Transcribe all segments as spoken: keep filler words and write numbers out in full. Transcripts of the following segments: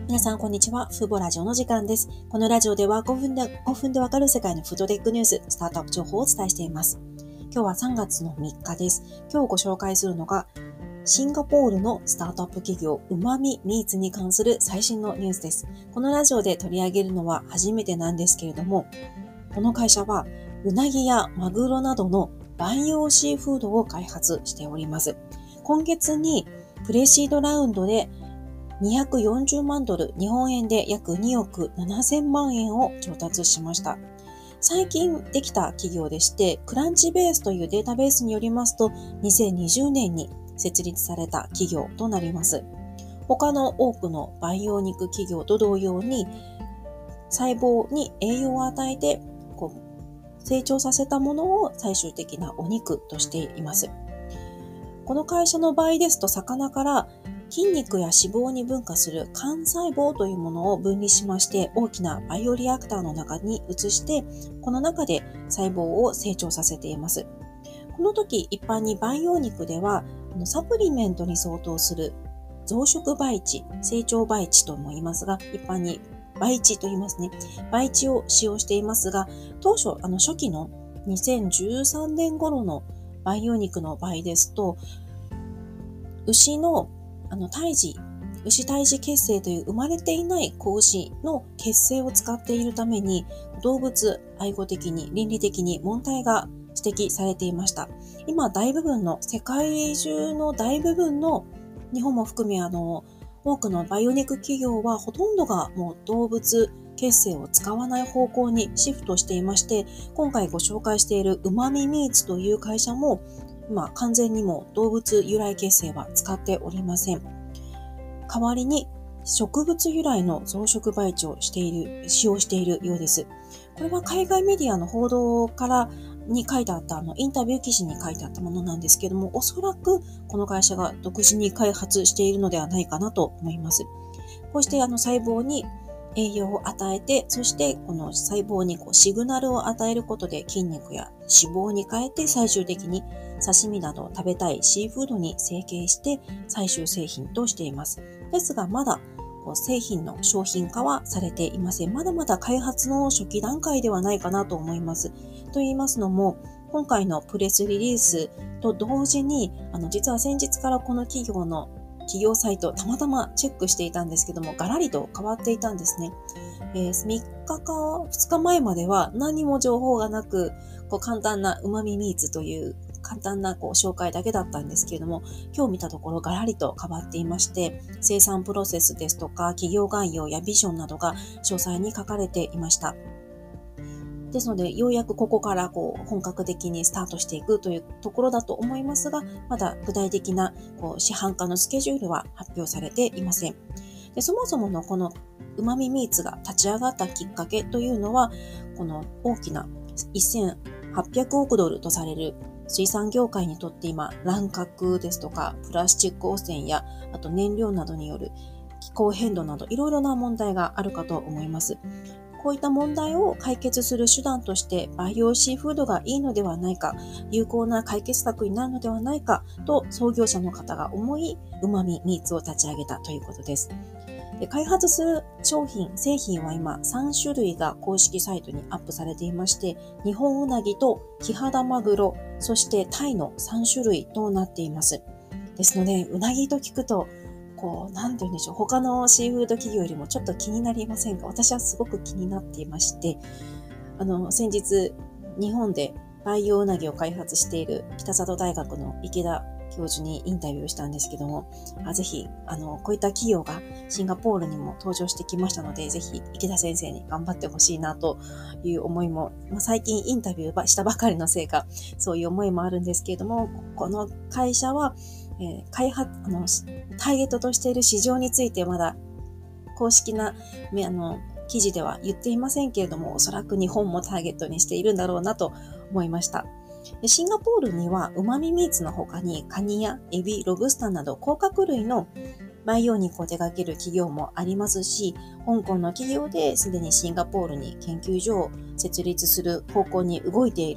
皆さん、こんにちは。フーボラジオの時間です。このラジオではごふんで、ごふんでわかる世界のフードテックニュース、スタートアップ情報をお伝えしています。今日はさんがつのみっかです。今日ご紹介するのが、シンガポールのスタートアップ企業、うまみミーツに関する最新のニュースです。このラジオで取り上げるのは初めてなんですけれども、この会社は、うなぎやマグロなどの培養シーフードを開発しております。今月にプレシードラウンドでにひゃくよんじゅうまんドル、日本円で約におくななせんまんえんを調達しました。最近できた企業でして、クランチベースというデータベースによりますと、にせんにじゅうねんに設立された企業となります。他の多くの培養肉企業と同様に、細胞に栄養を与えてこう成長させたものを最終的なお肉としています。この会社の場合ですと、魚から筋肉や脂肪に分化する幹細胞というものを分離しまして、大きなバイオリアクターの中に移して、この中で細胞を成長させています。この時、一般に培養肉では、サプリメントに相当する増殖培地、成長培地とも言いますが、一般に培地と言いますね。培地を使用していますが、当初、あの初期のにせんじゅうさんねん頃の培養肉の場合ですと、牛のあの胎児、牛胎児血清という生まれていない子牛の血清を使っているために、動物愛護的に倫理的に問題が指摘されていました。今大部分の世界中の大部分の日本も含めあの多くのバイオ肉企業はほとんどがもう動物血清を使わない方向にシフトしていまして、今回ご紹介しているうまみミーツという会社も今完全にも動物由来血清は使っておりません。代わりに植物由来の増殖培地をしている、使用しているようです。これは海外メディアの報道からに書いてあったあのインタビュー記事に書いてあったものなんですけども、おそらくこの会社が独自に開発しているのではないかなと思います。こうしてあの細胞に栄養を与えて、そしてこの細胞にこうシグナルを与えることで筋肉や脂肪に変えて、最終的に刺身などを食べたいシーフードに成形して最終製品としています。ですがまだこう製品の商品化はされていません。まだまだ開発の初期段階ではないかなと思います。と言いますのも、今回のプレスリリースと同時に、あの実は先日からこの企業の企業サイトをたまたまチェックしていたんですけども、ガラリと変わっていたんですね。えー、みっかかふつかまえまでは何も情報がなく、こう簡単なうまみミーツという簡単なこう紹介だけだったんですけれども、今日見たところガラリと変わっていまして、生産プロセスですとか企業概要やビジョンなどが詳細に書かれていました。ですので、ようやくここからこう本格的にスタートしていくというところだと思いますが、まだ具体的なこう市販化のスケジュールは発表されていません。で、そもそものこのうまみミーツが立ち上がったきっかけというのは、この大きなせんはっぴゃくおくドルとされる水産業界にとって今、乱獲ですとか、プラスチック汚染や、あと燃料などによる気候変動などいろいろな問題があるかと思います。こういった問題を解決する手段として培養シーフードがいいのではないか、有効な解決策になるのではないかと創業者の方が思い、うまみミーツを立ち上げたということです。で、開発する商品、製品は今さんしゅるいが公式サイトにアップされていまして、日本うなぎとキハダマグロ、そしてタイのさんしゅるいとなっています。ですので、うなぎと聞くと、こう、なんて言うんでしょう、他のシーフード企業よりもちょっと気になりませんか？私はすごく気になっていまして、あの、先日、日本で培養うなぎを開発している北里大学の池田教授にインタビューしたんですけども、あぜひ、あの、こういった企業がシンガポールにも登場してきましたので、ぜひ池田先生に頑張ってほしいなという思いも、まあ、最近インタビューしたばかりのせいか、そういう思いもあるんですけれども、この会社は、えー、開発、あの、ターゲットとしている市場についてまだ公式な、あの、記事では言っていませんけれども、おそらく日本もターゲットにしているんだろうなと思いました。シンガポールにはうまみミーツの他にカニやエビ、ロブスターなど甲殻類の培養肉を手掛ける企業もありますし、香港の企業ですでにシンガポールに研究所を設立する方向に動いている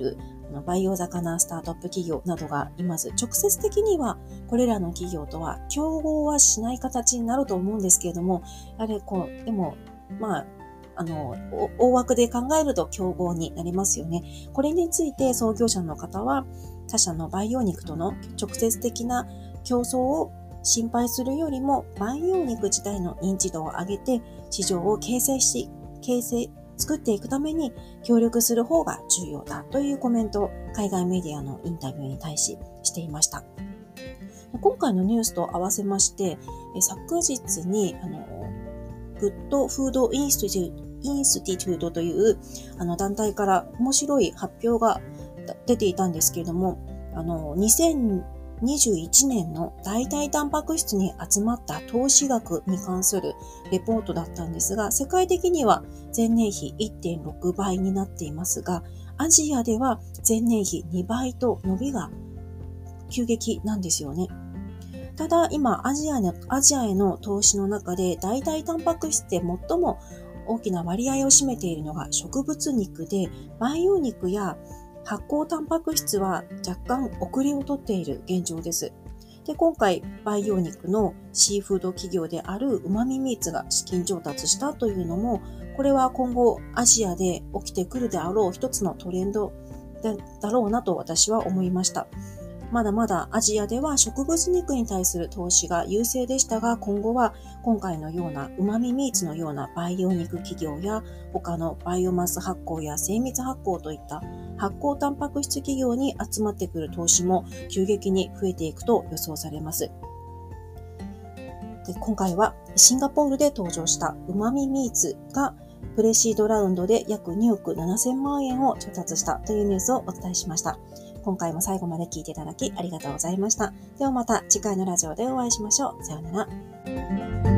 培養魚スタートアップ企業などがいます。直接的にはこれらの企業とは競合はしない形になると思うんですけれども、やはりこう、でも、まあ、あの、大枠で考えると競合になりますよね。これについて創業者の方は、他社の培養肉との直接的な競争を心配するよりも、培養肉自体の認知度を上げて、市場を形成し、形成、作っていくために協力する方が重要だというコメントを海外メディアのインタビューに対ししていました。今回のニュースと合わせまして、昨日にあのグッドフードインスティテュートインスティテュートというあの団体から面白い発表が出ていたんですけれども、あのにせんにじゅういちねんの代替タンパク質に集まった投資額に関するレポートだったんですが、世界的には前年比 いってんろく 倍になっていますが、アジアでは前年比にばいと伸びが急激なんですよね。ただ今アジアの、アジアへの投資の中で代替タンパク質で最も大きな割合を占めているのが植物肉で、培養肉や発酵タンパク質は若干遅れをとっている現状です。で、今回培養肉のシーフード企業であるうまみミーツが資金調達したというのも、これは今後アジアで起きてくるであろう一つのトレンドだろうなと私は思いました。まだまだアジアでは植物肉に対する投資が優勢でしたが、今後は今回のようなうまみミーツのような培養肉企業や他のバイオマス発酵や精密発酵といった発酵タンパク質企業に集まってくる投資も急激に増えていくと予想されます。で、今回はシンガポールで登場したうまみミーツがプレシードラウンドで約におくななせんまんえんを調達したというニュースをお伝えしました。今回も最後まで聞いていただきありがとうございました。ではまた次回のラジオでお会いしましょう。さようなら。